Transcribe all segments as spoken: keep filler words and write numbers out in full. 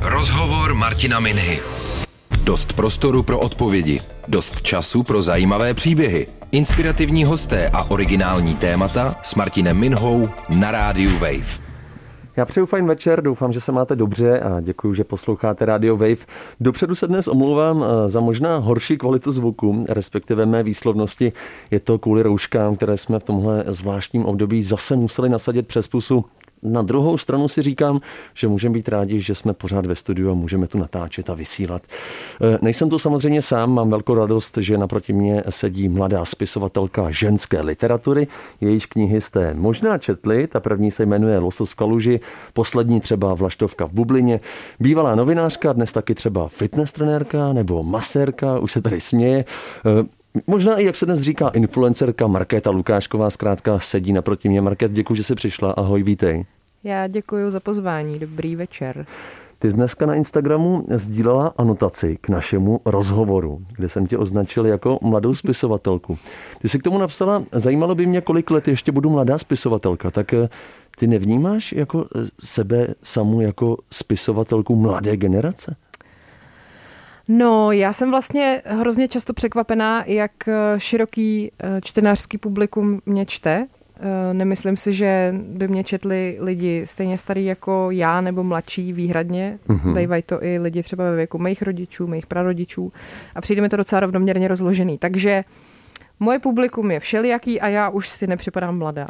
Rozhovor Martina Minhy. Dost prostoru pro odpovědi, dost času pro zajímavé příběhy, inspirativní hosté a originální témata s Martinem Minhou na rádiu Wave. Já přeju fajn večer, doufám, že se máte dobře a děkuji, že posloucháte Radio Wave. Dopředu se dnes omlouvám za možná horší kvalitu zvuku, respektive mé výslovnosti. Je to kvůli rouškám, které jsme v tomhle zvláštním období zase museli nasadit přes pusu. Na druhou stranu si říkám, že můžeme být rádi, že jsme pořád ve studiu a můžeme tu natáčet a vysílat. Nejsem tu samozřejmě sám, mám velkou radost, že naproti mě sedí mladá spisovatelka ženské literatury. Jejíž knihy jste možná četli, ta první se jmenuje Losos v kaluži, poslední třeba Vlaštovka v bublině. Bývalá novinářka, dnes taky třeba fitness trenérka nebo masérka, už se tady směje. Možná i, jak se dnes říká, influencerka Markéta Lukášková, zkrátka sedí naproti mě. Markét, děkuji, že jsi přišla. Ahoj, vítej. Já děkuji za pozvání. Dobrý večer. Ty jsi dneska na Instagramu sdílela anotaci k našemu rozhovoru, kde jsem tě označil jako mladou spisovatelku. Ty jsi k tomu napsala, zajímalo by mě, kolik let ještě budu mladá spisovatelka. Tak ty nevnímáš jako sebe samu jako spisovatelku mladé generace? No, já jsem vlastně hrozně často překvapená, jak široký čtenářský publikum mě čte. Nemyslím si, že by mě četli lidi stejně starý jako já nebo mladší výhradně. Mm-hmm. Bývají to i lidi třeba ve věku mých rodičů, mých prarodičů a přijde mi to docela rovnoměrně rozložený. Takže moje publikum je všelijaký a já už si nepřipadám mladá.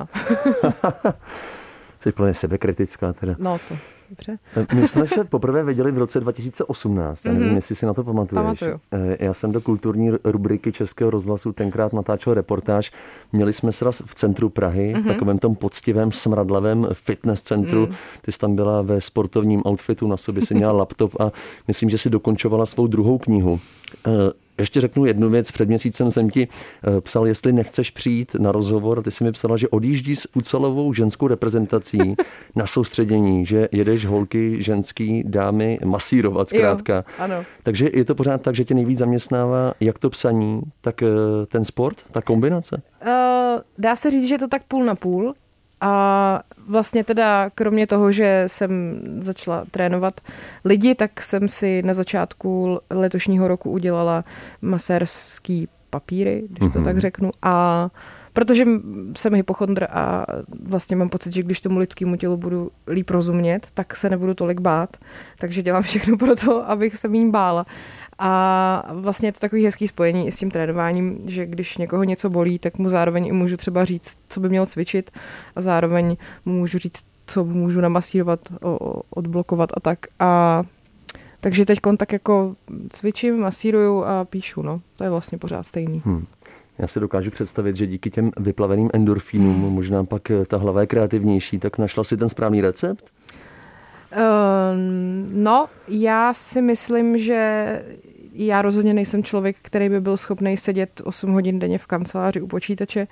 Jsi plně sebekritická teda. No to... Dobře. My jsme se poprvé viděli v roce dva tisíce osmnáct, já nevím, mm-hmm. jestli si na to pamatuješ. Pamatuju. Já jsem do kulturní rubriky Českého rozhlasu tenkrát natáčel reportáž. Měli jsme se raz v centru Prahy, mm-hmm. v takovém tom poctivém, smradlavém fitness centru. Mm. Ty jsi tam byla ve sportovním outfitu, na sobě si měla laptop a myslím, že si dokončovala svou druhou knihu. Ještě řeknu jednu věc. Před měsícem jsem ti psal, jestli nechceš přijít na rozhovor. Ty jsi mi psala, že odjíždí s úcelovou ženskou reprezentací na soustředění, že jedeš holky, ženský, dámy masírovat zkrátka. Jo, ano. Takže je to pořád tak, že tě nejvíc zaměstnává jak to psaní, tak ten sport, ta kombinace? Uh, dá se říct, že je to tak půl na půl. A vlastně teda kromě toho, že jsem začala trénovat lidi, tak jsem si na začátku letošního roku udělala masérský papíry, když to mm-hmm. tak řeknu. A protože jsem hypochondr a vlastně mám pocit, že když tomu lidskému tělu budu líp rozumět, tak se nebudu tolik bát. Takže dělám všechno pro to, abych se méně bála. A vlastně je to takový hezký spojení i s tím trénováním, že když někoho něco bolí, tak mu zároveň i můžu třeba říct, co by měl cvičit a zároveň mu můžu říct, co můžu namasírovat, odblokovat a tak. A takže teď tak jako cvičím, masíruju a píšu, no. To je vlastně pořád stejný. Hmm. Já si dokážu představit, že díky těm vyplaveným endorfínům možná pak ta hlava je kreativnější, tak našla si ten správný recept? Uh, no, já si myslím, že já rozhodně nejsem člověk, který by byl schopný sedět osm hodin denně v kanceláři u počítače.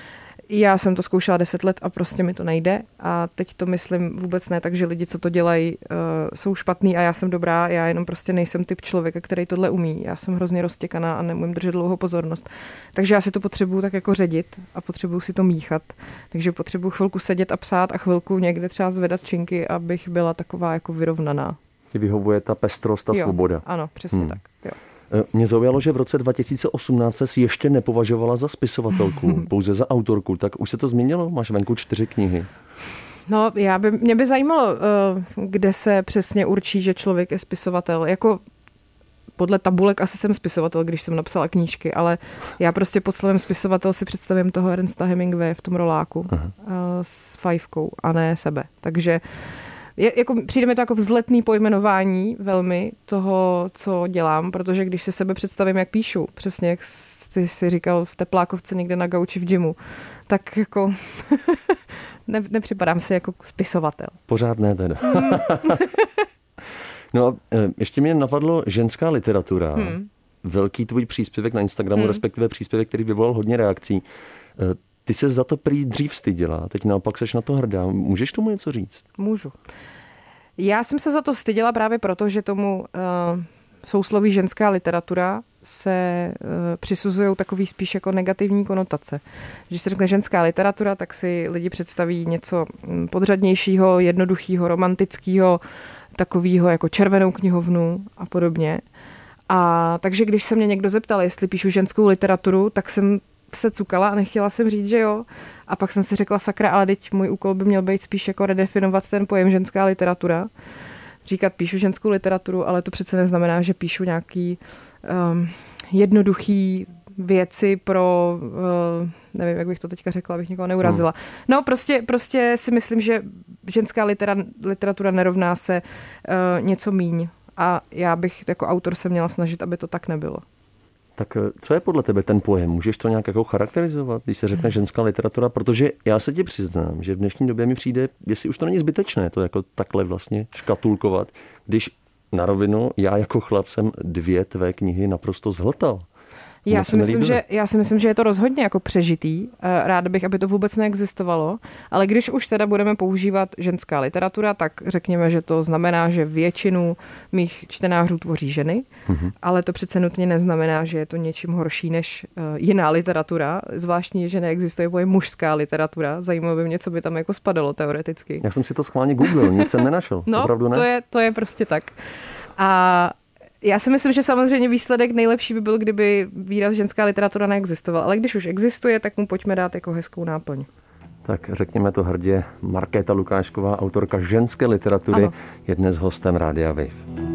Já jsem to zkoušela deset let a prostě mi to nejde. A teď to myslím vůbec ne tak, že lidi, co to dělají, uh, jsou špatný a já jsem dobrá. Já jenom prostě nejsem typ člověka, který tohle umí. Já jsem hrozně roztěkaná a nemůžu držet dlouho pozornost. Takže já si to potřebuju tak jako ředit a potřebuju si to míchat. Takže potřebuju chvilku sedět a psát a chvilku někde třeba zvedat činky, abych byla taková jako vyrovnaná. Ti vyhovuje ta pestrost a jo, svoboda. Ano, přesně hmm. tak. Jo. Mě zaujalo, že v roce dva tisíce osmnáct se ještě nepovažovala za spisovatelku, pouze za autorku. Tak už se to změnilo? Máš venku čtyři knihy. No, já by, mě by zajímalo, kde se přesně určí, že člověk je spisovatel. Jako podle tabulek asi jsem spisovatel, když jsem napsala knížky, ale já prostě pod slovem spisovatel si představím toho Ernesta Hemingwaye v tom roláku. Aha. S fajfkou a ne sebe. Takže Je, jako, přijde mi to jako vzletný pojmenování velmi toho, co dělám, protože když si sebe představím, jak píšu, přesně jak jsi si říkal v teplákovce někde na gauči v gymu, tak jako ne, nepřipadám si jako spisovatel. Pořád ne teda. No a ještě mě napadlo ženská literatura. Hmm. Velký tvůj příspěvek na Instagramu, hmm. respektive příspěvek, který vyvolal hodně reakcí. Ty se za to prý dřív styděla, teď naopak seš na to hrdá. Můžeš tomu něco říct? Můžu. Já jsem se za to styděla právě proto, že tomu uh, sousloví ženská literatura se uh, přisuzují takový spíš jako negativní konotace. Když se řekne ženská literatura, tak si lidi představí něco podřadnějšího, jednoduchého, romantického, takovýho jako červenou knihovnu a podobně. A takže když se mě někdo zeptal, jestli píšu ženskou literaturu, tak jsem se cukala a nechtěla jsem říct, že jo. A pak jsem si řekla, sakra, ale teď můj úkol by měl být spíš jako redefinovat ten pojem ženská literatura. Říkat, píšu ženskou literaturu, ale to přece neznamená, že píšu nějaký um, jednoduchý věci pro, uh, nevím, jak bych to teďka řekla, abych někoho neurazila. Hmm. No prostě, prostě si myslím, že ženská litera, literatura nerovná se uh, něco míň. A já bych jako autor se měla snažit, aby to tak nebylo. Tak co je podle tebe ten pojem? Můžeš to nějak jako charakterizovat, když se řekne ženská literatura? Protože já se ti přiznám, že v dnešní době mi přijde, jestli už to není zbytečné, to jako takhle vlastně škatulkovat, když na rovinu já jako chlap jsem dvě tvé knihy naprosto zhltal. Já si, myslím, že, já si myslím, že je to rozhodně jako přežitý. Ráda bych, aby to vůbec neexistovalo. Ale když už teda budeme používat ženská literatura, tak řekněme, že to znamená, že většinu mých čtenářů tvoří ženy. Mm-hmm. Ale to přece nutně neznamená, že je to něčím horší než jiná literatura. Zvláštní, že neexistuje pojem mužská literatura. Zajímalo by mě, co by tam jako spadalo teoreticky. Já jsem si to schválně googlil, nic jsem nenašel. No, opravdu ne? To je, to je prostě tak. A já si myslím, že samozřejmě výsledek nejlepší by byl, kdyby výraz ženská literatura neexistoval. Ale když už existuje, tak mu pojďme dát jako hezkou náplň. Tak řekněme to hrdě. Markéta Lukášková, autorka ženské literatury, ano. Je dnes hostem Rádia Wave.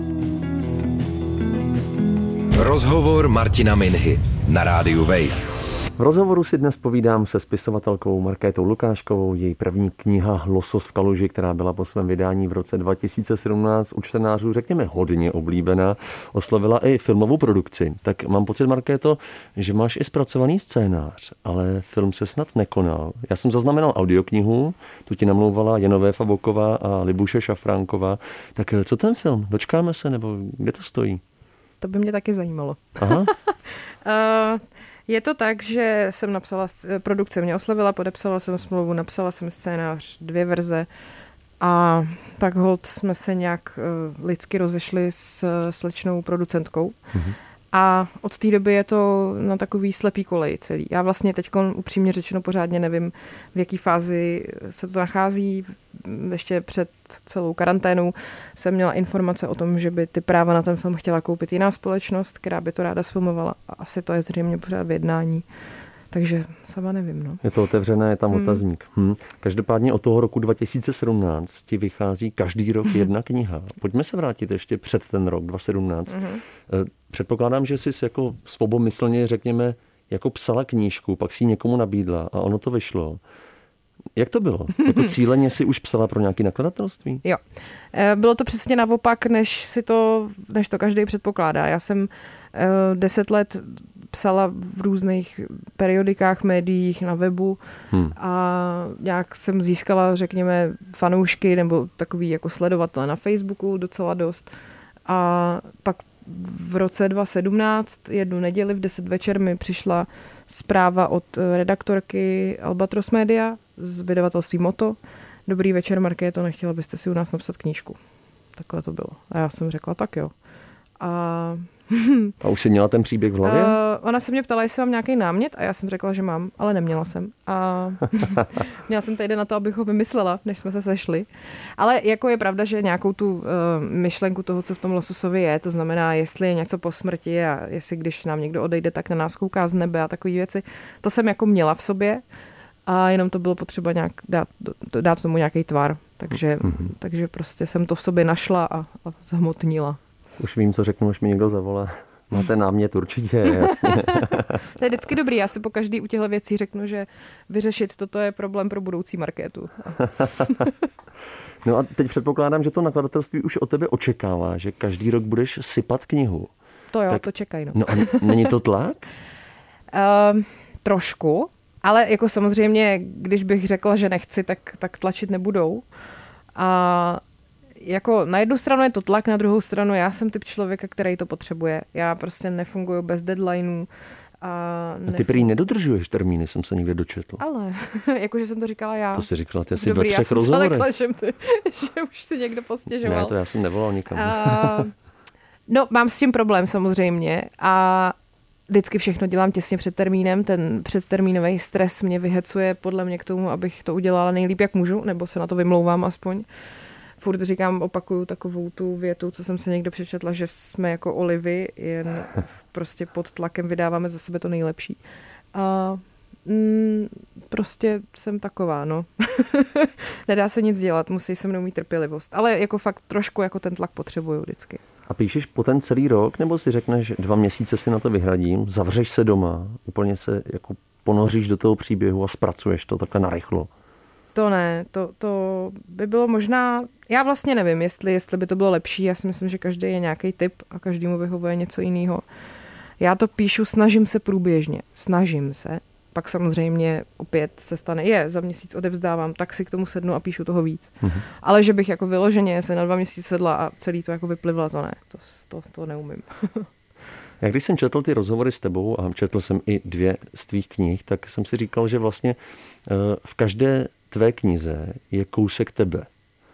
Rozhovor Martina Minhy na Rádiu Wave. V rozhovoru si dnes povídám se spisovatelkou Markétou Lukáškovou. Její první kniha Losos v kaluži, která byla po svém vydání v roce dva tisíce sedmnáct u čtenářů, řekněme, hodně oblíbená, oslavila i filmovou produkci. Tak mám pocit, Markéto, že máš i zpracovaný scénář, ale film se snad nekonal. Já jsem zaznamenal audioknihu, tu ti namlouvala Jenové Faboková a Libuše Šafránková. Tak co ten film? Dočkáme se, nebo kde to stojí? To by mě taky zajímalo. Aha. uh... Je to tak, že jsem napsala, produkce mě oslovila, podepsala jsem smlouvu, napsala jsem scénář, dvě verze a pak holt jsme se nějak uh, lidsky rozešli s slečnou producentkou. Mm-hmm. A od té doby je to na takový slepý kolej celý. Já vlastně teď upřímně řečeno pořádně nevím, v jaký fázi se to nachází. Ještě před celou karanténou jsem měla informace o tom, že by ty práva na ten film chtěla koupit jiná společnost, která by to ráda sfilmovala. A asi to je zřejmě pořád v jednání. Takže sama nevím. No. Je to otevřené, je tam hmm. otazník. Hm. Každopádně od toho roku dva tisíce sedmnáct ti vychází každý rok jedna kniha. Pojďme se vrátit ještě před ten rok dva tisíce sedmnáct. Hmm. Předpokládám, že jsi jako svobomyslně, řekněme, jako psala knížku, pak si ji někomu nabídla a ono to vyšlo. Jak to bylo? Jako cíleně si už psala pro nějaké nakladatelství? Jo. Bylo to přesně naopak, než si to, než to každý předpokládá. Já jsem deset let psala v různých periodikách, médiích, na webu hmm. a nějak jsem získala, řekněme, fanoušky nebo takový jako sledovatele na Facebooku docela dost. A pak v roce dva tisíce sedmnáct jednu neděli v deset večer mi přišla zpráva od redaktorky Albatros Media z vydavatelství Moto. Dobrý večer, Markéto, nechtěla byste si u nás napsat knížku. Takhle to bylo. A já jsem řekla, tak jo. A A už jsi měla ten příběh v hlavě? Uh, ona se mě ptala, jestli mám nějaký námět a já jsem řekla, že mám, ale neměla jsem. A měla jsem týden na to, abych ho vymyslela, než jsme se sešli. Ale jako je pravda, že nějakou tu uh, myšlenku toho, co v tom Lososovi je, to znamená, jestli je něco po smrti a jestli když nám někdo odejde, tak na nás kouká z nebe a takové věci, to jsem jako měla v sobě a jenom to bylo potřeba nějak dát, dát tomu nějaký tvar. Takže, mm-hmm. takže prostě jsem to v sobě našla a, a zhmotnila. Už vím, co řeknu, až mi někdo zavolá. Máte námět určitě, jasně. To je vždycky dobrý. Já si po každý u těchto věcí řeknu, že vyřešit toto je problém pro budoucí Markétu. No a teď předpokládám, že to nakladatelství už od tebe očekává, že každý rok budeš sypat knihu. To jo, tak, to čekají. No. no a není to tlak? uh, trošku, ale jako samozřejmě, když bych řekla, že nechci, tak, tak tlačit nebudou. A jako na jednu stranu je to tlak, na druhou stranu já jsem typ člověka, který to potřebuje. Já prostě nefunguju bez deadlineů. A, a ty prý nedodržuješ termíny, jsem se někde dočetl. Ale, jakože jsem to říkala já. To si říkala, ty asi ve třech rozhovorech. Dobrý, já jsem se že už si někdo postěžoval. Ne, to já jsem nevolal nikam. A, no, mám s tím problém samozřejmě a vždycky všechno dělám těsně před termínem. Ten předtermínový stres mě vyhecuje podle mě k tomu, abych to udělala nejlíp, jak můžu, nebo se na to vymlouvám aspoň. furt říkám, opakuju takovou tu větu, co jsem se někdo přečetla, že jsme jako olivy, jen prostě pod tlakem vydáváme za sebe to nejlepší. A mm, prostě jsem taková, no. Nedá se nic dělat, musí se mnou mít trpělivost. Ale jako fakt trošku jako ten tlak potřebuju vždycky. A píšeš po ten celý rok, nebo si řekneš, dva měsíce si na to vyhradím, zavřeš se doma, úplně se jako ponoříš do toho příběhu a zpracuješ to takhle narychlo? To ne, to, to by bylo možná, já vlastně nevím, jestli, jestli by to bylo lepší, já si myslím, že každý je nějaký typ a každému vyhovuje něco jiného. Já to píšu, snažím se průběžně, snažím se, pak samozřejmě opět se stane, je, za měsíc odevzdávám, tak si k tomu sednu a píšu toho víc. Mhm. Ale že bych jako vyloženě se na dva měsíce sedla a celý to jako vyplivla, to ne, to, to, to neumím. Já když jsem četl ty rozhovory s tebou a četl jsem i dvě z tvých knih, tak jsem si říkal, že vlastně v každé tvé knize je kousek tebe.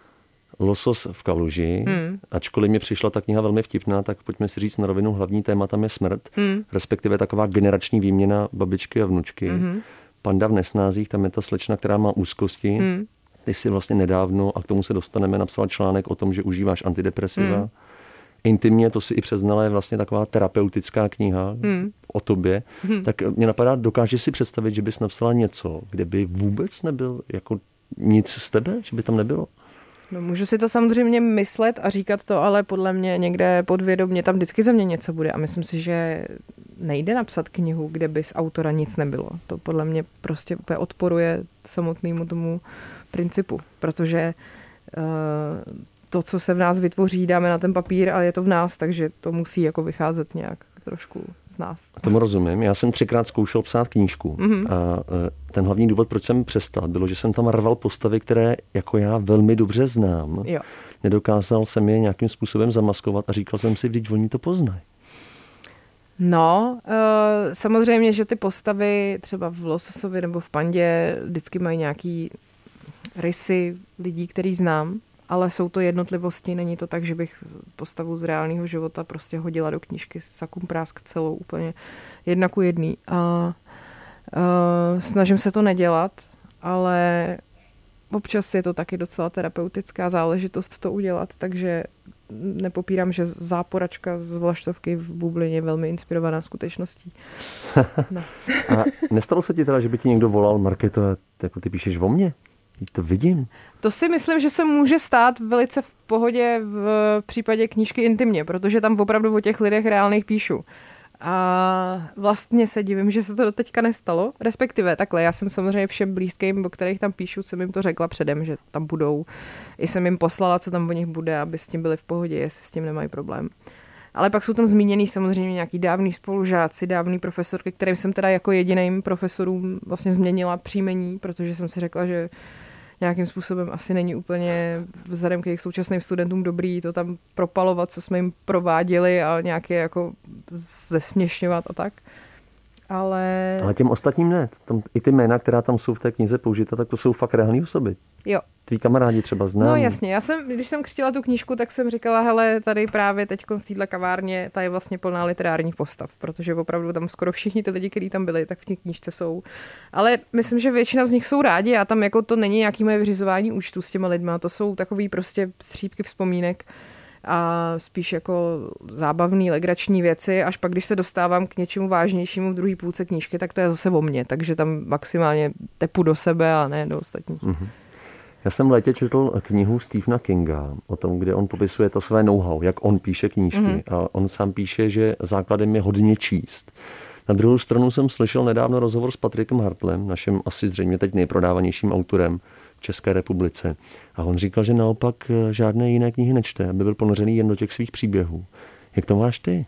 Losos v kaluži, hmm. ačkoliv mi přišla ta kniha velmi vtipná, tak pojďme si říct na rovinu, hlavní téma tam je smrt, hmm. respektive taková generační výměna babičky a vnučky. Hmm. Panda v nesnázích, tam je ta slečna, která má úzkosti. Hmm. Ty si vlastně nedávno, a k tomu se dostaneme, napsala článek o tom, že užíváš antidepresiva. Hmm. Intimně, to si i přiznala, je vlastně taková terapeutická kniha hmm. o tobě. Hmm. Tak mě napadá, dokážeš si představit, že bys napsala něco, kde by vůbec nebyl jako nic z tebe, že by tam nebylo? No, můžu si to samozřejmě myslet a říkat to, ale podle mě někde podvědomě tam vždycky ze mě něco bude a myslím si, že nejde napsat knihu, kde by z autora nic nebylo. To podle mě prostě úplně odporuje samotnému tomu principu, protože uh, to, co se v nás vytvoří, dáme na ten papír a je to v nás, takže to musí jako vycházet nějak trošku z nás. Tomu rozumím. Já jsem třikrát zkoušel psát knížku mm-hmm. a ten hlavní důvod, proč jsem přestal, bylo, že jsem tam rval postavy, které jako já velmi dobře znám. Jo. Nedokázal jsem je nějakým způsobem zamaskovat a říkal jsem si, vždyť oni to poznají. No, uh, samozřejmě, že ty postavy třeba v Lososovi nebo v Pandě vždycky mají nějaký rysy lidí, který znám, ale jsou to jednotlivosti, není to tak, že bych postavu z reálného života prostě hodila do knížky sakum prásk celou úplně jedna ku jedný. A uh, snažím se to nedělat, ale občas je to taky docela terapeutická záležitost to udělat, takže nepopírám, že záporačka z Vlaštovky v bublině je velmi inspirovaná skutečností. No. A nestalo se ti teda, že by ti někdo volal, Markéto, jako ty píšeš o mně? To vidím. To si myslím, že se může stát velice v pohodě v případě knížky Intimně, protože tam opravdu o těch lidech reálných píšu. A vlastně se divím, že se to doteďka nestalo. Respektive takhle, já jsem samozřejmě všem blízkým, o kterých tam píšu, jsem jim to řekla předem, že tam budou. I jsem jim poslala, co tam o nich bude, aby s tím byli v pohodě, jestli s tím nemají problém. Ale pak jsou tam zmíněný samozřejmě nějaký dávný spolužáci, dávný profesorky, kterým jsem teda jako jediným profesorům vlastně změnila příjmení, protože jsem si řekla, že nějakým způsobem asi není úplně vzhledem k jejich současným studentům dobrý to tam propalovat, co jsme jim prováděli a nějaké jako zesměšňovat a tak. Ale... Ale těm ostatním ne. Tam, i ty jména, která tam jsou v té knize použita, tak to jsou fakt reální osoby. Jo. Tví kamarádi třeba znám. No jasně, já jsem, když jsem křtila tu knížku, tak jsem říkala, hele, tady právě teď v této kavárně, ta je vlastně plná literárních postav, protože opravdu tam skoro všichni ty lidi, kteří tam byli, tak v té knížce jsou. Ale myslím, že většina z nich jsou rádi a tam jako to není nějaký moje vyřizování účtu s těma lidma, to jsou takový prostě střípky vzpomínek a spíš jako zábavný, legrační věci, až pak, když se dostávám k něčemu vážnějšímu v druhé půlce knížky, tak to je zase o mně, takže tam maximálně tepu do sebe a ne do ostatních. Mm-hmm. Já jsem v létě četl knihu Stephena Kinga o tom, kde on popisuje to své know-how, jak on píše knížky. Mm-hmm. A on sám píše, že základem je hodně číst. Na druhou stranu jsem slyšel nedávno rozhovor s Patrikem Hartlem, naším asi zřejmě teď nejprodávanějším autorem v České republice. A on říkal, že naopak žádné jiné knihy nečte, aby byl ponořený jen do těch svých příběhů. Jak to máš ty?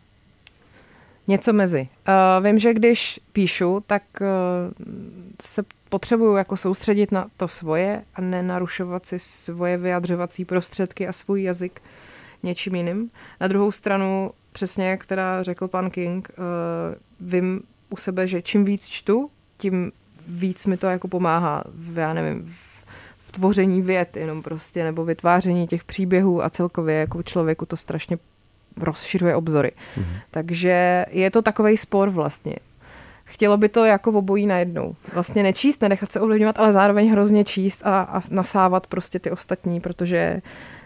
Něco mezi. Uh, vím, že když píšu, tak uh, se potřebuju jako soustředit na to svoje a nenarušovat si svoje vyjadřovací prostředky a svůj jazyk něčím jiným. Na druhou stranu, přesně jak teda řekl pan King, uh, vím u sebe, že čím víc čtu, tím víc mi to jako pomáhá, já nevím, v, v tvoření vět jenom prostě, nebo vytváření těch příběhů a celkově jako člověku to strašně rozšiřuje obzory. Mhm. Takže je to takovej spor vlastně. Chtělo by to jako obojí najednou. Vlastně nečíst, nenechat se ovlivňovat, ale zároveň hrozně číst a, a nasávat prostě ty ostatní, protože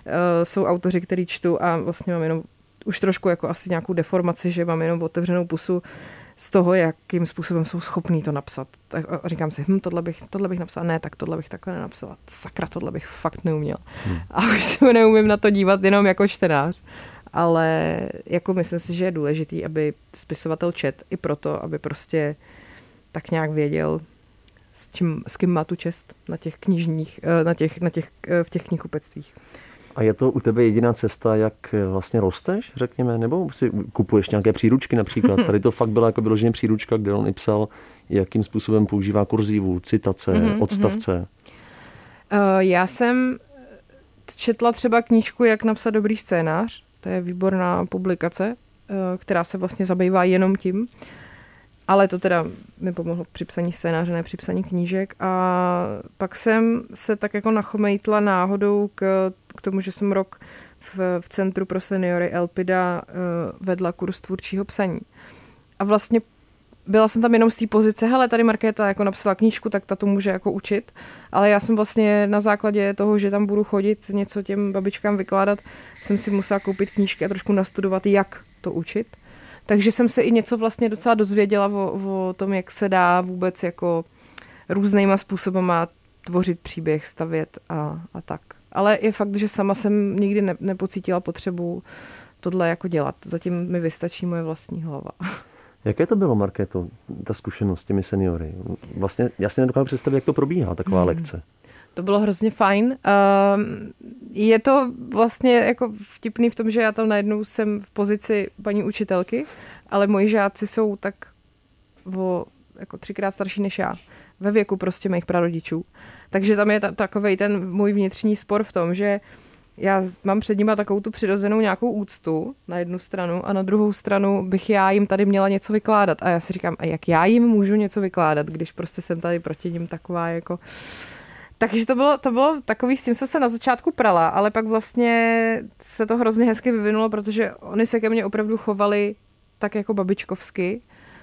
jsou autoři, který čtu a vlastně mám jenom už trošku jako asi nějakou deformaci, že mám jenom otevřenou pusu z toho, jakým způsobem jsou schopní to napsat. Tak říkám si, hm, tohle bych, tohle bych napsala, ne, tak tohle bych takhle nenapsala. Sakra, tohle bych fakt neuměla. Hmm. A už se neumím na to dívat jenom jako čtenář. Ale jako myslím si, že je důležitý, aby spisovatel čet i proto, aby prostě tak nějak věděl, s, čím, s kým má tu čest na těch knižních, na těch, na těch, v těch knihkupectvích. A je to u tebe jediná cesta, jak vlastně rosteš, řekněme, nebo si kupuješ nějaké příručky například? Tady to fakt byla jako vyloženě příručka, kde on i psal, jakým způsobem používá kurzivu, citace, mm-hmm, odstavce. Mm-hmm. Uh, já jsem četla třeba knížku Jak napsat dobrý scénář. To je výborná publikace, uh, která se vlastně zabývá jenom tím. Ale to teda mi pomohlo při psaní scénáře, ne při psaní knížek. A pak jsem se tak jako nachomejtla náhodou k, k tomu, že jsem rok v, v Centru pro seniory Elpida uh, vedla kurz tvůrčího psaní. A vlastně byla jsem tam jenom z té pozice, hele, tady Markéta jako napsala knížku, tak ta to může jako učit. Ale já jsem vlastně na základě toho, že tam budu chodit něco těm babičkám vykládat, jsem si musela koupit knížky a trošku nastudovat, jak to učit. Takže jsem se i něco vlastně docela dozvěděla o, o tom, jak se dá vůbec jako různýma způsobama tvořit příběh, stavět a, a tak. Ale je fakt, že sama jsem nikdy ne, nepocítila potřebu tohle jako dělat. Zatím mi vystačí moje vlastní hlava. Jaké to bylo, Markéto, ta zkušenost s těmi seniory? Vlastně já si nedokážu představit, jak to probíhá, taková hmm. lekce. To bylo hrozně fajn. Uh, je to vlastně jako vtipný v tom, že já tam najednou jsem v pozici paní učitelky, ale moji žáci jsou tak o, jako třikrát starší než já. Ve věku prostě mých prarodičů. Takže tam je ta, takovej ten můj vnitřní spor v tom, že já mám před nima takovou tu přirozenou nějakou úctu na jednu stranu a na druhou stranu bych já jim tady měla něco vykládat. A já si říkám, a jak já jim můžu něco vykládat, když prostě jsem tady proti nim taková jako... Takže to bylo, to bylo takový, s tím jsem se na začátku prala, ale pak vlastně se to hrozně hezky vyvinulo, protože oni se ke mně opravdu chovali tak jako babičkovsky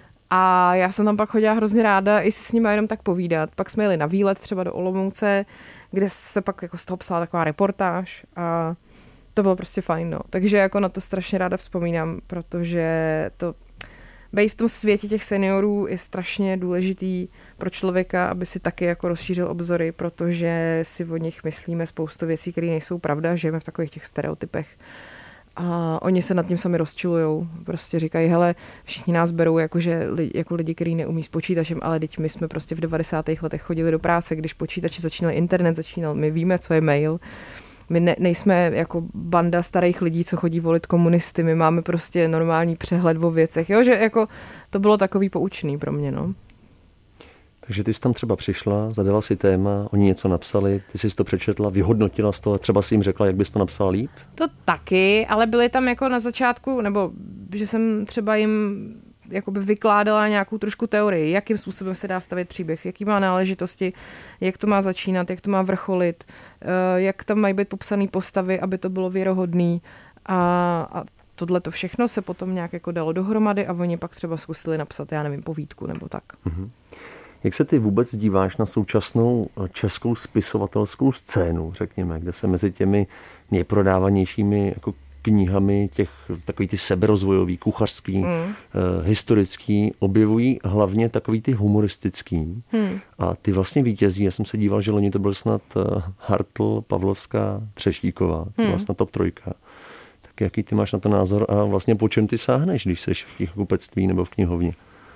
a já jsem tam pak chodila hrozně ráda i si s nimi jenom tak povídat. Pak jsme jeli na výlet třeba do Olomouce, kde se pak jako z toho psala taková reportáž a to bylo prostě fajn, no. Takže jako na to strašně ráda vzpomínám, protože to být v tom světě těch seniorů je strašně důležitý pro člověka, aby si taky jako rozšířil obzory, protože si o nich myslíme spoustu věcí, které nejsou pravda, žijeme v takových těch stereotypech. A oni se nad tím sami rozčilujou. Prostě říkají, hele, všichni nás berou jako, že, jako lidi, kteří neumí s počítačem, ale teď my jsme prostě v devadesátých letech chodili do práce, když počítači začínal internet, začínal, my víme, co je mail. My ne, nejsme jako banda starých lidí, co chodí volit komunisty, my máme prostě normální přehled o věcech, jo, že jako to bylo takový poučný pro mě, no. Takže ty jsi tam třeba přišla, zadala si téma, oni něco napsali, ty jsi to přečetla, vyhodnotila z toho, třeba si jim řekla, jak bys to napsala líp? To taky, ale byly tam jako na začátku, nebo že jsem třeba jim jakoby vykládala nějakou trošku teorii, jakým způsobem se dá stavět příběh, jaký má náležitosti, jak to má začínat, jak to má vrcholit, jak tam mají být popsané postavy, aby to bylo věrohodný a, a tohle to všechno se potom nějak jako dalo dohromady a oni pak třeba zkusili napsat, já nevím, povídku nebo tak. Mm-hmm. Jak se ty vůbec díváš na současnou českou spisovatelskou scénu, řekněme, kde se mezi těmi nejprodávanějšími jako knihami těch takový ty seberozvojový, kuchařský, mm. eh, historický objevují hlavně takový ty humoristický. Mm. A ty vlastně vítězí. Já jsem se díval, že loni to byl snad Hartl, Pavlovská, Třeštíková. To byla mm. snad top trojka. Tak jaký ty máš na to názor a vlastně po čem ty sáhneš, když seš v knihkupectví nebo v knihovně?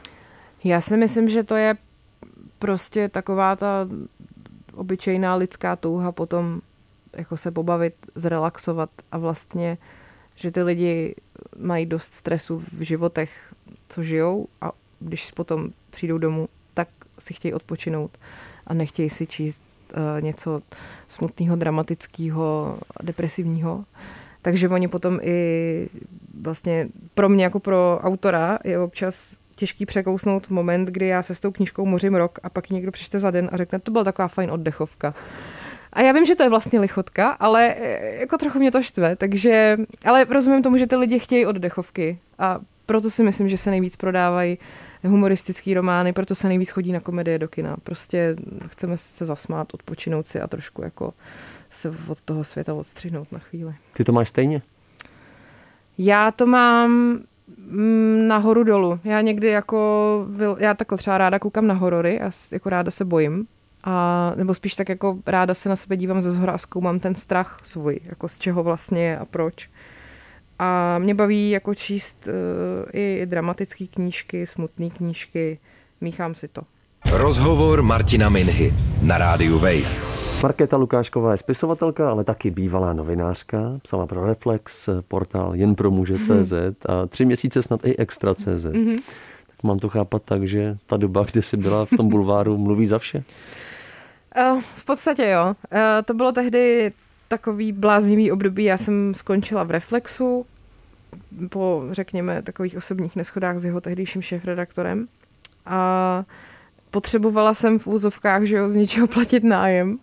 Já si myslím, že to je prostě taková ta obyčejná lidská touha potom jako se pobavit, zrelaxovat a vlastně, že ty lidi mají dost stresu v životech, co žijou a když potom přijdou domů, tak si chtějí odpočinout a nechtějí si číst uh, něco smutného, dramatického, depresivního. Takže oni potom i vlastně pro mě jako pro autora je občas těžký překousnout moment, kdy já se s tou knížkou mořím rok a pak ji někdo přečte za den a řekne, to byla taková fajn oddechovka. A já vím, že to je vlastně lichotka, ale jako trochu mě to štve, takže, ale rozumím tomu, že ty lidi chtějí oddechovky a proto si myslím, že se nejvíc prodávají humoristický romány, proto se nejvíc chodí na komedie do kina. Prostě chceme se zasmát, odpočinout si a trošku jako se od toho světa odstřihnout na chvíli. Ty to máš stejně? Já to mám nahoru dolů. Já někdy jako, já takhle třeba ráda koukám na horory a jako ráda se bojím. A, nebo spíš tak jako ráda se na sebe dívám ze zhora a zkoumám ten strach svůj, jako z čeho vlastně je a proč. A mě baví jako číst uh, i, i dramatické knížky, smutné knížky, míchám si to. Rozhovor Martina Minhy na rádiu Wave. Markéta Lukášková je spisovatelka, ale taky bývalá novinářka. Psala pro Reflex, portál jen pro muže tečka cé zet a tři měsíce snad i extra tečka cé zet. Mm-hmm. Tak mám to chápat tak, že ta doba, kde jsi byla v tom bulváru, mluví za vše? Uh, v podstatě jo. Uh, to bylo tehdy takový bláznivý období. Já jsem skončila v Reflexu po, řekněme, takových osobních neschodách s jeho tehdejším šéfredaktorem. A potřebovala jsem v úzovkách, že jo, z něčeho platit nájem.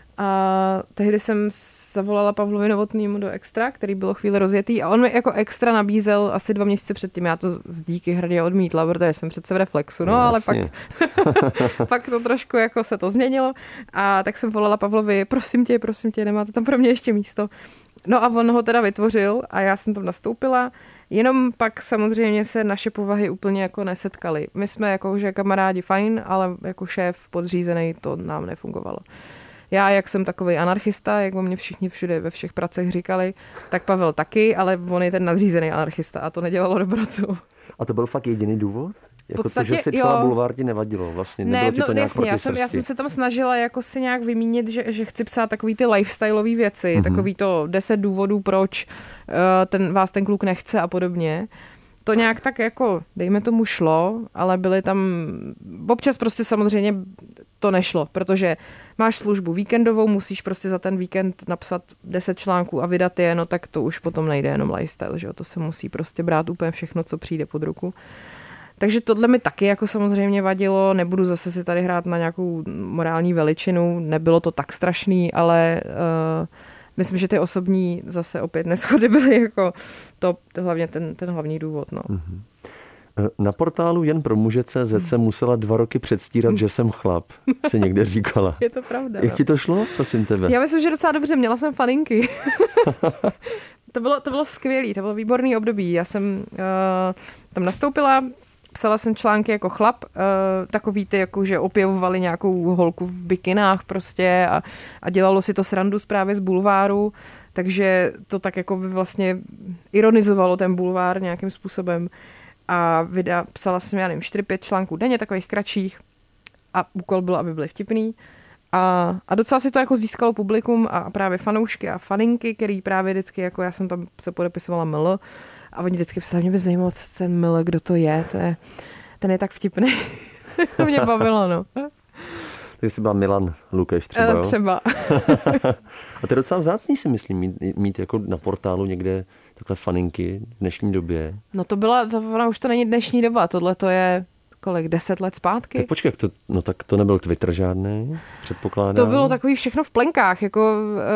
A tehdy jsem zavolala Pavlovi Novotnýmu do Extra, který bylo chvíli rozjetý a on mi jako extra nabízel asi dva měsíce předtím. Já to z díky hrdě odmítla, protože jsem přece v Reflexu. No, Jasně. ale pak, pak to trošku jako se to změnilo. A tak jsem volala Pavlovi, prosím tě, prosím tě, nemáte tam pro mě ještě místo. No a on ho teda vytvořil a já jsem tam nastoupila. Jenom pak samozřejmě se naše povahy úplně jako nesetkaly. My jsme jako, že kamarádi fajn, ale jako šéf podřízený to nám nefungovalo. Já, jak jsem takovej anarchista, jak o mě všichni všude ve všech pracech říkali, tak Pavel taky, ale on je ten nadřízený anarchista a to nedělalo dobrotu. A to byl fakt jediný důvod? Jako podstatě, to, že si psala bulvár, ti nevadilo vlastně? Ne, nebylo ti to no, nějak jasně, já jsem, já jsem se tam snažila jako si nějak vymínit, že, že chci psát takový ty lifestyleové věci, mm-hmm. takový to deset důvodů, proč uh, ten, vás ten kluk nechce a podobně. To nějak tak jako, dejme tomu, šlo, ale byly tam, občas prostě samozřejmě to nešlo, protože máš službu víkendovou, musíš prostě za ten víkend napsat deset článků a vydat je, no tak to už potom nejde jenom lifestyle, že jo, to se musí prostě brát úplně všechno, co přijde pod ruku. Takže tohle mi taky jako samozřejmě vadilo, nebudu zase si tady hrát na nějakou morální veličinu, nebylo to tak strašný, ale uh, myslím, že ty osobní zase opět neschody byly jako to, to hlavně ten, ten hlavní důvod. No. Mm-hmm. Na portálu jen pro muže tečka cé zet se musela dva roky předstírat, že jsem chlap, si někde říkala. Je to pravda. Jak no. ti to šlo, prosím tebe? Já myslím, že docela dobře, měla jsem faninky. to, bylo, to bylo skvělý, to bylo výborný období. Já jsem uh, tam nastoupila, psala jsem články jako chlap, uh, takový ty, jako, že opěvovali nějakou holku v bikinách prostě a, a dělalo si to srandu právě z bulváru, takže to tak jako by vlastně ironizovalo ten bulvár nějakým způsobem. A vydá, psala jsem, já nevím, čtyři pět článků denně, takových kratších a úkol byl, aby byly vtipný. A, a docela si to jako získalo publikum a právě fanoušky a faninky, který právě vždycky, jako já jsem tam se podepisovala M L a oni vždycky psali, mě by zajímalo, co ten M L, kdo to je, to je ten je tak vtipný. To mě bavilo, no. Takže jsi byla Milan Lukeš třeba, jo? Třeba. A to je docela vzácný, si myslím, mít, mít jako na portálu někde takhle faninky v dnešní době. No to byla, to, ona už to není dnešní doba, tohle to je kolik, deset let zpátky. Tak počkej, to, no tak to nebyl Twitter žádný, předpokládám. To bylo takový všechno v plenkách, jako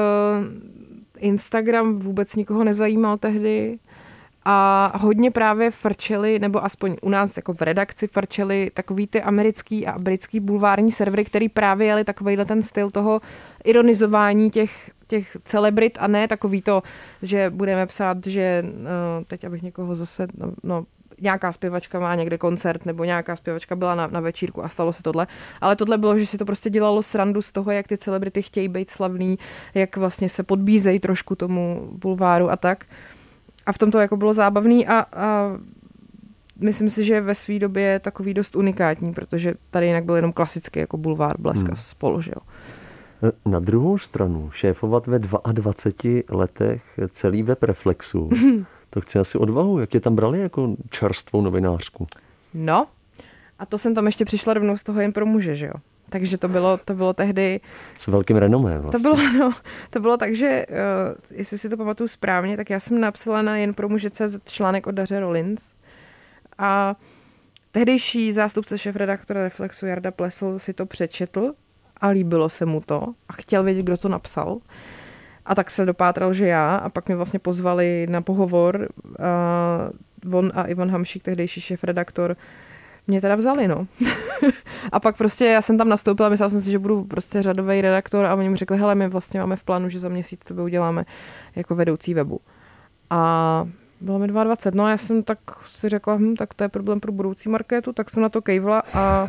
uh, Instagram vůbec nikoho nezajímal tehdy a hodně právě frčeli, nebo aspoň u nás jako v redakci frčeli takový ty americký a britský bulvární servery, který právě jeli takovejhle ten styl toho ironizování těch těch celebrit a ne takový to, že budeme psát, že no, teď abych někoho zase, no, no nějaká zpěvačka má někde koncert nebo nějaká zpěvačka byla na, na večírku a stalo se tohle. Ale tohle bylo, že si to prostě dělalo srandu z toho, jak ty celebrity chtějí být slavný, jak vlastně se podbízejí trošku tomu bulváru a tak. A v tom to jako bylo zábavný a, a myslím si, že ve své době je takový dost unikátní, protože tady jinak byl jenom klasický jako bulvár, Blesk a hmm. spolu, že jo. Na druhou stranu, šéfovat ve dvaadvaceti letech celý web Reflexu, to chci asi odvahu. Jak tě tam brali jako čerstvou novinářku? No, a to jsem tam ještě přišla rovnou z toho jen pro muže, že jo. Takže to bylo, to bylo tehdy... S velkým renomé vlastně. To bylo, no, to bylo tak, že, uh, jestli si to pamatuju správně, tak já jsem napsala na jen pro muže tečka cé zet článek o Daře Rollins a tehdejší zástupce šéfredaktora Reflexu Jarda Plesl si to přečetl a líbilo se mu to a chtěl vědět, kdo to napsal. A tak se dopátral, že já a pak mě vlastně pozvali na pohovor. Uh, on a Ivan Hamšík, tehdejší šéfredaktor, Mě teda vzali, no. A pak prostě já jsem tam nastoupila, myslela jsem si, že budu prostě řadový redaktor a oni mi řekli, hele, my vlastně máme v plánu, že za měsíc tebe uděláme jako vedoucí webu. A bylo mi dvacet dva, no a já jsem tak si řekla, hm, tak to je problém pro budoucí marketu, tak jsem na to kejvla a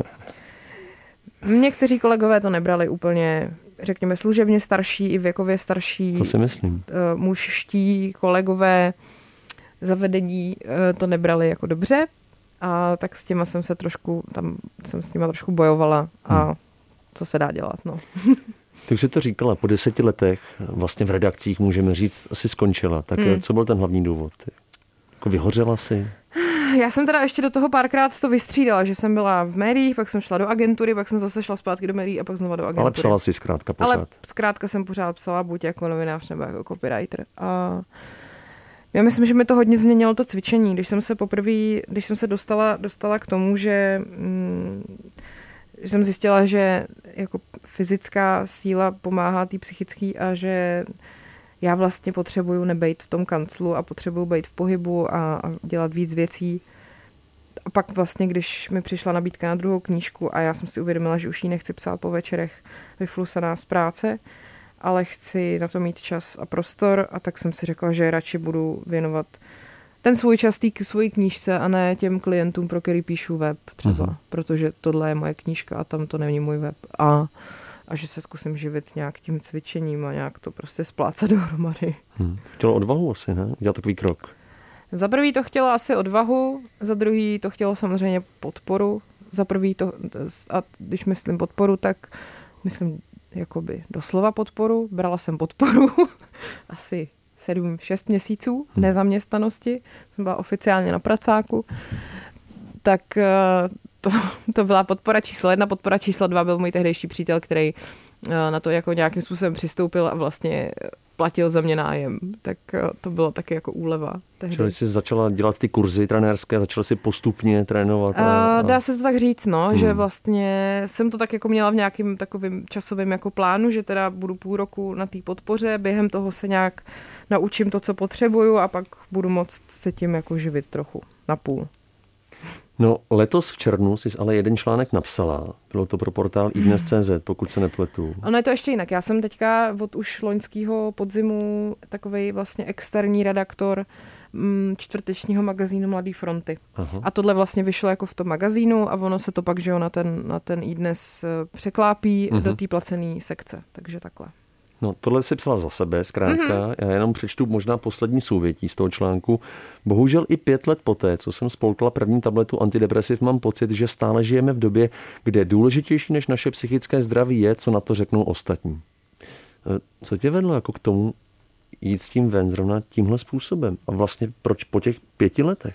někteří kolegové to nebrali úplně, řekněme, služebně starší i věkově starší. To si myslím. Mužští kolegové zavedení to nebrali jako dobře. A tak s těma jsem se trošku, tam jsem s nima trošku bojovala a hmm. co se dá dělat, no. Ty už jsi to říkala, po deseti letech vlastně v redakcích můžeme říct, asi skončila. Tak hmm. co byl ten hlavní důvod? Jako vyhořela jsi? Já jsem teda ještě do toho párkrát to vystřídala, že jsem byla v médiích, pak jsem šla do agentury, pak jsem zase šla zpátky do médií a pak znova do agentury. Ale psala si zkrátka pořád. Ale zkrátka jsem pořád psala, buď jako novinář nebo jako copywriter. A já myslím, že mi to hodně změnilo to cvičení, když jsem se poprvé, když jsem se dostala, dostala k tomu, že, mm, že jsem zjistila, že jako fyzická síla pomáhá té psychické a že já vlastně potřebuju nebejt v tom kanclu a potřebuju být v pohybu a, a dělat víc věcí. A pak vlastně, když mi přišla nabídka na druhou knížku a já jsem si uvědomila, že už ji nechci psát po večerech vyflusaná z práce, ale chci na to mít čas a prostor a tak jsem si řekla, že radši budu věnovat ten svůj čas té svojí knížce a ne těm klientům, pro který píšu web třeba, mm-hmm. protože tohle je moje knížka a tam to není můj web. A, a že se zkusím živit nějak tím cvičením a nějak to prostě splácat dohromady. Hmm. Chtělo odvahu asi, ne? Dělat takový krok. Za prvý to chtělo asi odvahu, za druhý to chtělo samozřejmě podporu. Za prvý to, a když myslím podporu, tak myslím jakoby doslova podporu. Brala jsem podporu asi sedm, šest měsíců v nezaměstnanosti. Jsem byla oficiálně na pracáku. Tak to, to byla podpora číslo jedna. Podpora číslo dva byl můj tehdejší přítel, který na to jako nějakým způsobem přistoupil a vlastně platil za mě nájem. Tak to bylo taky jako úleva. Tehdy. Čili jsi začala dělat ty kurzy trenérské, začala si postupně trénovat? A, a... Dá se to tak říct, no, hmm. že vlastně jsem to tak jako měla v nějakým takovým časovým jako plánu, že teda budu půl roku na té podpoře, během toho se nějak naučím to, co potřebuju a pak budu moct se tím jako živit trochu na půl. No, letos v červnu jsi ale jeden článek napsala. Bylo to pro portál iDnes tečka cé zet, pokud se nepletu. Ono je to ještě jinak. Já jsem teďka od už loňského podzimu takovej vlastně externí redaktor m, čtvrtečního magazínu Mladý fronty. Aha. A tohle vlastně vyšlo jako v tom magazínu a ono se to pak, že jo, na ten, na ten iDnes překlápí uh-huh. do té placené sekce. Takže takhle. No, tohle si psala za sebe, zkrátka. Mm-hmm. Já jenom přečtu možná poslední souvětí z toho článku. Bohužel i pět let poté, co jsem spolkla první tabletu antidepresiv, mám pocit, že stále žijeme v době, kde důležitější než naše psychické zdraví je, co na to řeknou ostatní. Co tě vedlo jako k tomu jít s tím ven zrovna tímhle způsobem? A vlastně proč po těch pěti letech?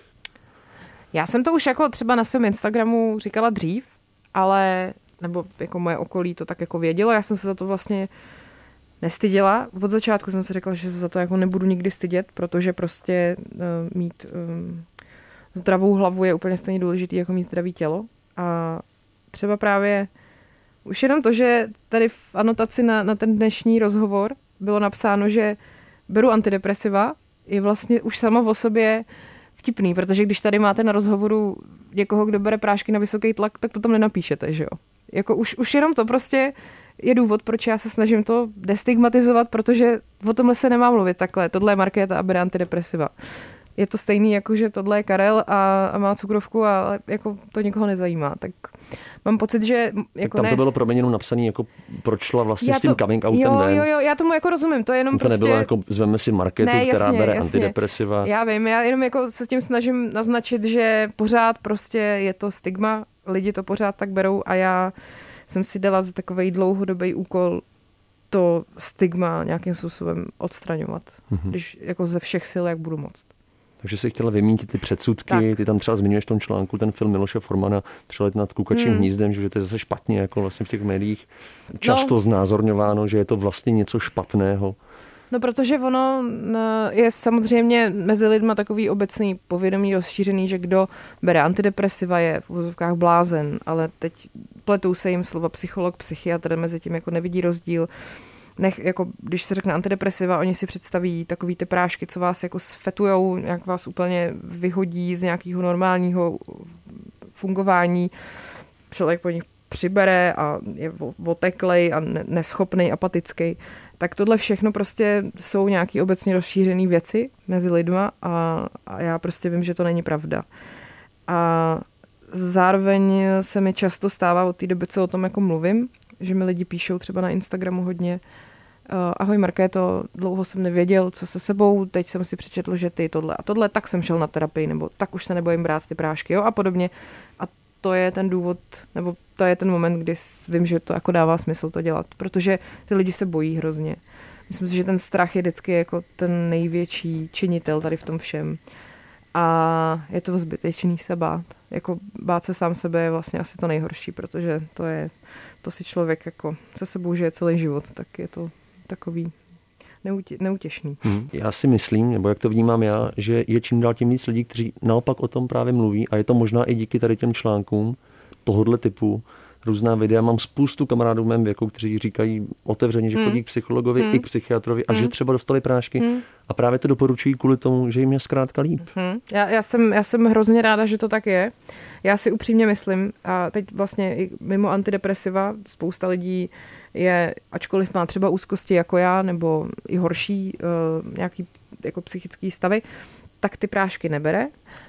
Já jsem to už jako třeba na svém Instagramu říkala dřív, ale, nebo jako moje okolí to tak jako vědělo. Já jsem se za to vlastně nestyděla. Od začátku jsem si řekla, že se za to jako nebudu nikdy stydět, protože prostě uh, mít um, zdravou hlavu je úplně stejně důležitý, jako mít zdravý tělo. A třeba právě už jenom to, že tady v anotaci na, na ten dnešní rozhovor bylo napsáno, že beru antidepresiva, je vlastně už sama o sobě vtipný, protože když tady máte na rozhovoru někoho, kdo bere prášky na vysoký tlak, tak to tam nenapíšete, že jo? Jako už, už jenom to prostě je důvod, proč já se snažím to destigmatizovat, protože o tomhle se nemá mluvit takhle. Tohle je Markéta a bere antidepresiva. Je to stejný, jako že tohle je Karel a, a má cukrovku a jako to nikoho nezajímá. Tak mám pocit, že jako tam ne... to bylo pro mě jenom napsané, jako proč šla vlastně já s tím to... coming outem jo, ven. Jo, jo, já tomu jako rozumím. To je jenom to prostě... nebylo jako, zveme si Markétu, ne, jasně, která bere jasně. antidepresiva. Já vím, já jenom jako se s tím snažím naznačit, že pořád prostě je to stigma, lidi to pořád tak berou a já jsem si dala za takovej dlouhodobý úkol to stigma nějakým způsobem odstraňovat. Mm-hmm. Když jako ze všech sil, jak budu moct. Takže jsi chtěla vymítit ty předsudky, tak. Ty tam třeba zmiňuješ v tom článku ten film Miloše Formana Tři let nad kukačím hmm. hnízdem, že to je zase špatně, jako vlastně v těch médiích často no. znázorňováno, že je to vlastně něco špatného. No, protože ono je samozřejmě mezi lidma takový obecný povědomí rozšířený, že kdo bere antidepresiva je v úzovkách blázen, ale teď pletou se jim slova psycholog, psychiatr, mezi tím jako nevidí rozdíl. Nech, jako, když se řekne antidepresiva, oni si představí takový ty prášky, co vás jako sfetujou, jak vás úplně vyhodí z nějakého normálního v fungování. Člověk po nich přibere a je oteklej a neschopnej, apatický. Tak tohle všechno prostě jsou nějaký obecně rozšířené věci mezi lidma a, a já prostě vím, že to není pravda. A zároveň se mi často stává od té doby, co o tom jako mluvím, že mi lidi píšou třeba na Instagramu hodně ahoj Markéto, dlouho jsem nevěděl, co se sebou, teď jsem si přečetl, že ty tohle a tohle, tak jsem šel na terapii, nebo tak už se nebojím brát ty prášky, jo, a podobně. A to je ten důvod, nebo to je ten moment, kdy vím, že to jako dává smysl to dělat, protože ty lidi se bojí hrozně. Myslím si, že ten strach je vždycky jako ten největší činitel tady v tom všem. A je to zbytečný se bát. Jako bát se sám sebe je vlastně asi to nejhorší, protože to je, to si člověk jako se sebou žije celý život, tak je to takový neutě, neutěšný. Hmm. Já si myslím, nebo jak to vnímám já, že je čím dál tím víc lidí, kteří naopak o tom právě mluví a je to možná i díky tady těm článkům tohohle typu, různá videa. Mám spoustu kamarádů v mém věku, kteří říkají otevřeně, že hmm. chodí k psychologovi hmm. i k psychiatrovi a hmm. že třeba dostali prášky hmm. a právě to doporučují kvůli tomu, že jim je zkrátka líp. Hmm. Já, já, jsem, já jsem hrozně ráda, že to tak je. Já si upřímně myslím, a teď vlastně i mimo antidepresiva spousta lidí je, ačkoliv má třeba úzkosti jako já, nebo i horší uh, nějaký jako psychický stavy, tak ty prášky nebere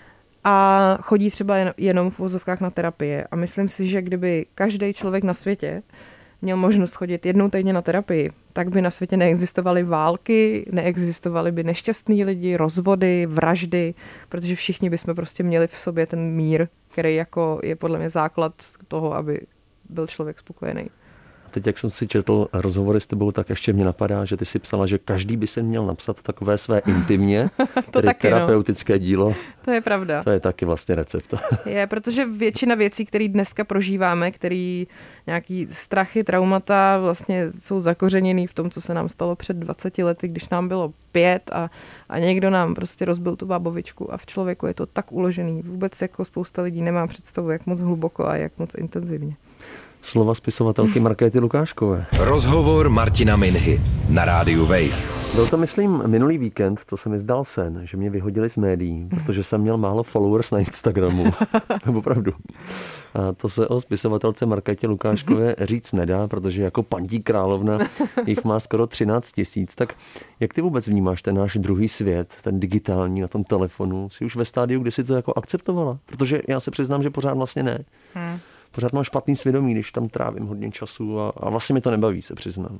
a chodí třeba jen, jenom v vozovkách na terapie. A myslím si, že kdyby každý člověk na světě měl možnost chodit jednou týdně na terapii, tak by na světě neexistovaly války, neexistovaly by nešťastní lidi, rozvody, vraždy, protože všichni bychom prostě měli v sobě ten mír, který jako je podle mě základ toho, aby byl člověk spokojený. Teď, jak jsem si četl rozhovory s tebou, tak ještě mě napadá, že ty si psala, že každý by se měl napsat takové své intimně, tedy taky, terapeutické no. dílo. To je pravda. To je taky vlastně recept. Je, protože většina věcí, které dneska prožíváme, které nějaký strachy, traumata vlastně jsou zakořeněný v tom, co se nám stalo před dvaceti lety, když nám bylo pět a, a někdo nám prostě rozbil tu bábovičku a v člověku je to tak uložený. Vůbec jako spousta lidí nemá představu, jak moc hluboko a jak moc intenzivně. Slova spisovatelky Markéty Lukáškové. Rozhovor Martina Minhy na rádiu Wave. Byl to, myslím, minulý víkend, co se mi zdal sen, že mě vyhodili z médií, protože jsem měl málo followers na Instagramu. Opravdu. A to se o spisovatelce Markétě Lukáškové říct nedá, protože jako paní královna jich má skoro třináct tisíc. Tak jak ty vůbec vnímáš ten náš druhý svět, ten digitální na tom telefonu? Jsi už ve stádiu, kdy jsi to jako akceptovala? Protože já se přiznám, že pořád vlastně ne. Hmm. Pořád mám špatný svědomí, když tam trávím hodně času a, a vlastně mi to nebaví, se přiznám.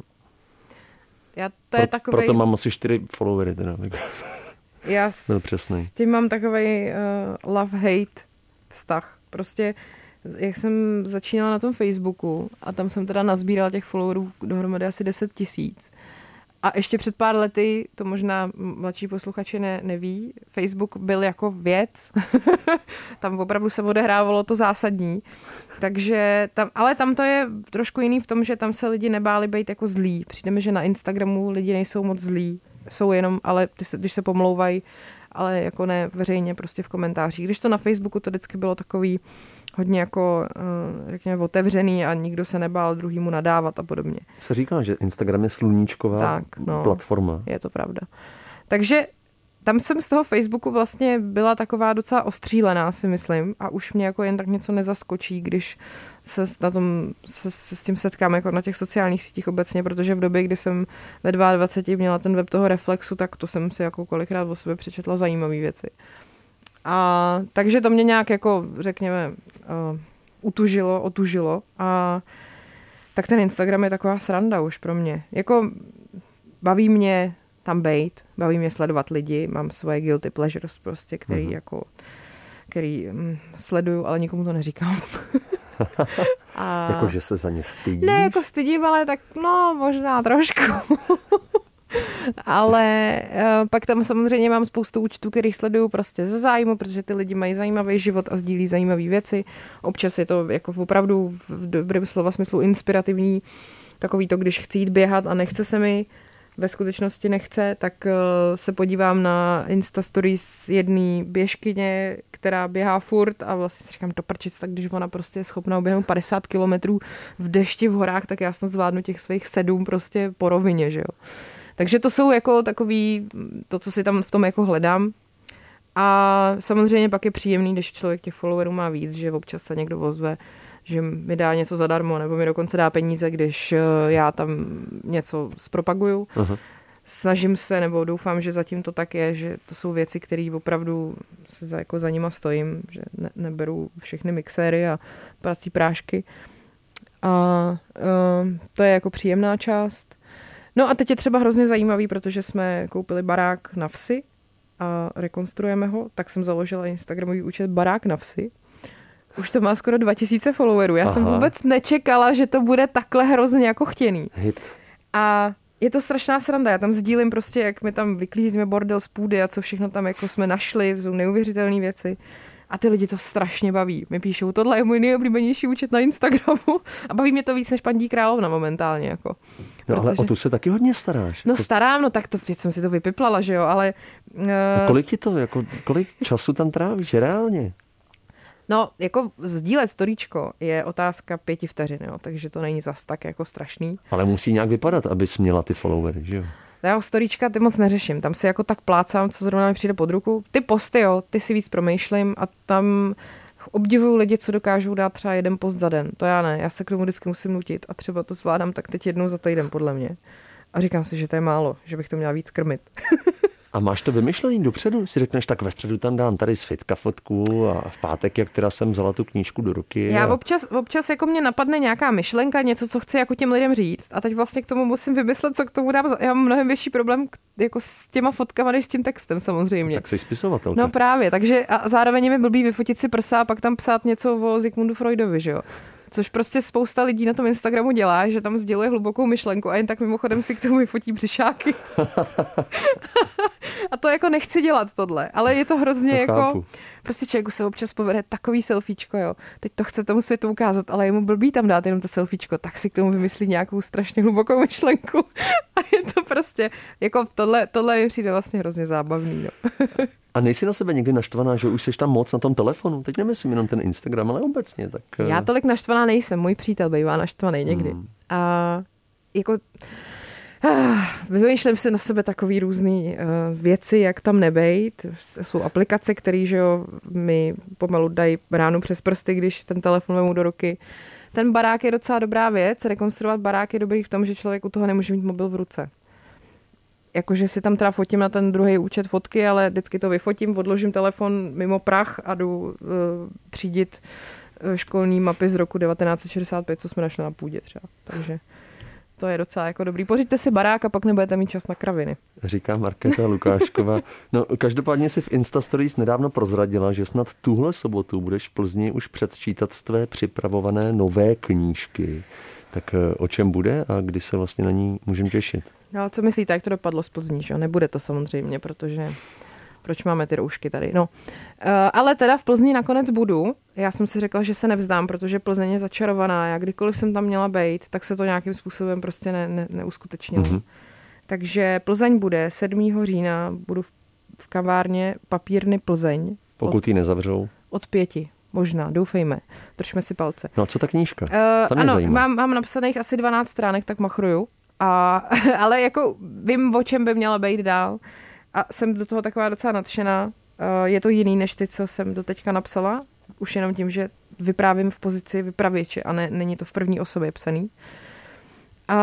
Já to je Pro, takovej... Proto mám asi čtyři followery. Teda. Já s, s tím mám takovej uh, love-hate vztah. Prostě, jak jsem začínala na tom Facebooku a tam jsem teda nazbírala těch followerů dohromady asi deset tisíc. A ještě před pár lety, to možná mladší posluchači ne, neví, Facebook byl jako věc, tam opravdu se odehrávalo to zásadní, takže tam, ale tam to je trošku jiný v tom, že tam se lidi nebáli být jako zlí. Přijde mi, že na Instagramu lidi nejsou moc zlí, jsou jenom, ale ty se, když se pomlouvají, ale jako ne veřejně prostě v komentářích. Když to na Facebooku to vždycky bylo takový hodně jako, řekněme, otevřený a nikdo se nebál druhýmu nadávat a podobně. Se říká, že Instagram je sluníčková tak, no, platforma. Je to pravda. Takže tam jsem z toho Facebooku vlastně byla taková docela ostřílená, si myslím, a už mě jako jen tak něco nezaskočí, když se, na tom, se, se s tím setkám jako na těch sociálních sítích obecně, protože v době, kdy jsem ve dvaceti dvou měla ten web toho Reflexu, tak to jsem si jako kolikrát o sobě přečetla zajímavé věci. A takže to mě nějak jako, řekněme, uh, utužilo, otužilo a tak ten Instagram je taková sranda už pro mě. Jako baví mě tam bejt, baví mě sledovat lidi, mám svoje guilty pleasures prostě, který mm-hmm. jako, který um, sleduju, ale nikomu to neříkám. A... Jako, že se za ně stydíš? Ne, jako stydím, ale tak no, možná trošku. Ale uh, pak tam samozřejmě mám spoustu účtů, kterých sleduju prostě ze zájmu, protože ty lidi mají zajímavý život a sdílí zajímavé věci. Občas je to jako opravdu v dobrém slova smyslu inspirativní. Takový to, když chci jít běhat a nechce se mi, ve skutečnosti nechce, tak uh, se podívám na Insta stories jedné běžkyně, která běhá furt a vlastně si říkám, to prčic, tak když ona prostě je schopná uběhnout padesát kilometrů v dešti v horách, tak já snad zvládnu těch svých sedm prostě po rovině, že jo. Takže to jsou jako takový, to, co si tam v tom jako hledám. A samozřejmě pak je příjemný, když člověk těch followerů má víc, že občas se někdo ozve, že mi dá něco zadarmo, nebo mi dokonce dá peníze, když já tam něco zpropaguju. Aha. Snažím se, nebo doufám, že zatím to tak je, že to jsou věci, které opravdu se za, jako za nima stojím, že ne, neberu všechny mixéry a prací prášky. A uh, to je jako příjemná část. No a teď je třeba hrozně zajímavý, protože jsme koupili barák na vsi a rekonstruujeme ho, tak jsem založila instagramový účet Barák na vsi. Už to má skoro dva tisíce followerů. Já Aha. jsem vůbec nečekala, že to bude takhle hrozně jako chtěný. Hit. A je to strašná sranda. Já tam sdílím prostě, jak my tam vyklízíme bordel z půdy a co všechno tam jako jsme našli. Jsou neuvěřitelné věci. A ty lidi to strašně baví. Mi píšou, tohle je můj nejoblíbenější účet na Instagramu a baví mě to víc než paní Královna momentálně. Jako. No protože... ale o tu se taky hodně staráš. No starám, no tak to, teď jsem si to vypiplala, že jo, ale... Uh... No, kolik ti to, jako, kolik času tam trávíš, reálně? No, jako sdílet storíčko je otázka pěti vteřin, jo, takže to není zas tak jako strašný. Ale musí nějak vypadat, abys měla ty followery, že jo? Já storíčka ty moc neřeším, tam si jako tak plácám, co zrovna mi přijde pod ruku. Ty posty, jo, ty si víc promýšlím a tam obdivuju lidi, co dokážou dát třeba jeden post za den. To já ne, já se k tomu vždycky musím nutit a třeba to zvládám tak teď jednou za týden, podle mě. A říkám si, že to je málo, že bych to měla víc krmit. A máš to vymyšlený dopředu? Si řekneš, tak ve středu tam dám tady z fitka fotku a v pátek, jak teda jsem vzala tu knížku do ruky. Já a... občas, občas jako mě napadne nějaká myšlenka, něco, co chci jako těm lidem říct. A teď vlastně k tomu musím vymyslet, co k tomu dám. Já mám mnohem větší problém jako s těma fotkama, než s tím textem samozřejmě. Tak jsi spisovatelka. No právě, takže a zároveň je mi blbý vyfotit si prsa a pak tam psát něco o Sigmundu Freudovi, že jo. Což prostě spousta lidí na tom Instagramu dělá, že tam sděluje hlubokou myšlenku a jen tak mimochodem si k tomu vyfotí břišáky. A to jako nechci dělat tohle, ale je to hrozně to jako... Chápu. Prostě člověku se občas povede takový selfiečko, jo. Teď to chce tomu světu ukázat, ale je mu blbý tam dát jenom to selfiečko, tak si k tomu vymyslí nějakou strašně hlubokou myšlenku. A je to prostě, jako tohle, tohle mi přijde vlastně hrozně zábavný, jo. A nejsi na sebe někdy naštvaná, že už jsi tam moc na tom telefonu? Teď nemyslím jenom ten Instagram, ale obecně. Tak... Já tolik naštvaná nejsem, můj přítel bývá naštvaný někdy. Hmm. A jako ah, vymýšlím si na sebe takový různý uh, věci, jak tam nebejt. Jsou aplikace, které že jo, mi pomalu dají ránu přes prsty, když ten telefon vemu do ruky. Ten barák je docela dobrá věc. Rekonstruovat barák je dobrý v tom, že člověk u toho nemůže mít mobil v ruce. Jakože si tam teda fotím na ten druhý účet fotky, ale vždycky to vyfotím, odložím telefon mimo prach a jdu uh, třídit uh, školní mapy z roku devatenáct set šedesát pět, co jsme našli na půdě třeba. Takže to je docela jako dobrý. Pořiďte si barák a pak nebudete mít čas na kraviny. Říká Markéta Lukášková. No, každopádně si v Instastories nedávno prozradila, že snad tuhle sobotu budeš v Plzni už předčítat z tvé připravované nové knížky. Tak o čem bude a kdy se vlastně na ní můžeme těšit? No, co myslíte, jak to dopadlo z Plzní, že? Nebude to samozřejmě, protože proč máme ty roušky tady? No, uh, ale teda v Plzni nakonec budu. Já jsem si řekla, že se nevzdám, protože Plzeň je začarovaná. Já kdykoliv jsem tam měla být, tak se to nějakým způsobem prostě ne, ne, neuskutečnilo. Mm-hmm. Takže Plzeň bude sedmého října, budu v, v kavárně Papírny Plzeň. Pokud ji nezavřou? Od pěti. Možná, doufejme. Držme si palce. No a co ta knížka? Uh, ano, mám, mám napsaných asi dvanáct stránek, tak machruju. A, ale jako vím, o čem by měla být dál. A jsem do toho taková docela nadšená. Uh, je to jiný, než ty, co jsem doteďka napsala. Už jenom tím, že vyprávím v pozici vypravěče a ne, není to v první osobě psaný. A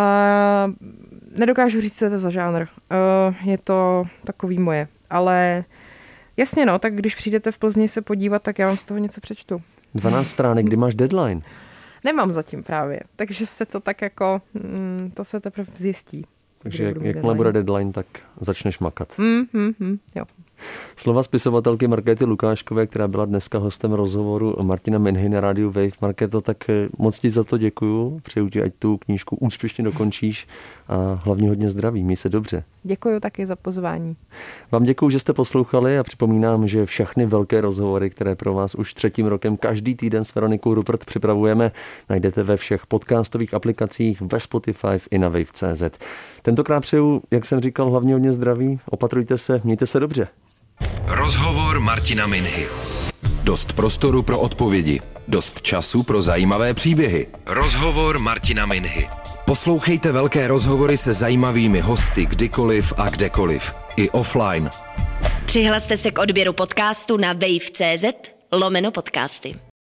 nedokážu říct, co je to za žánr. Uh, je to takový moje. Ale jasně no, tak když přijdete v Plzni se podívat, tak já vám z toho něco přečtu. dvanáct stránek, kdy máš deadline? Nemám zatím právě, takže se to tak jako, mm, to se teprve zjistí. Takže jak, jakmile bude deadline, tak začneš makat. Mm, mm, mm, jo. Slova spisovatelky Markéty Lukáškové, která byla dneska hostem rozhovoru Martina Minhy na rádiu Wave. Markéto, tak moc ti za to děkuju. Přeju ti, ať tu knížku úspěšně dokončíš a hlavně hodně zdraví. Měj se dobře. Děkuju taky za pozvání. Vám děkuju, že jste poslouchali a připomínám, že všechny velké rozhovory, které pro vás už třetím rokem každý týden s Veronikou Rupert připravujeme, najdete ve všech podcastových aplikacích, ve Spotify i na wave tečka cé zet. Tentokrát přeju, jak jsem říkal, hlavně hodně zdraví. Opatrujte se, mějte se dobře. Rozhovor Martina Minhy. Dost prostoru pro odpovědi. Dost času pro zajímavé příběhy. Rozhovor Martina Minhy. Poslouchejte velké rozhovory se zajímavými hosty kdykoliv a kdekoliv. I offline. Přihlaste se k odběru podcastu na wave tečka cz lomeno podcasty.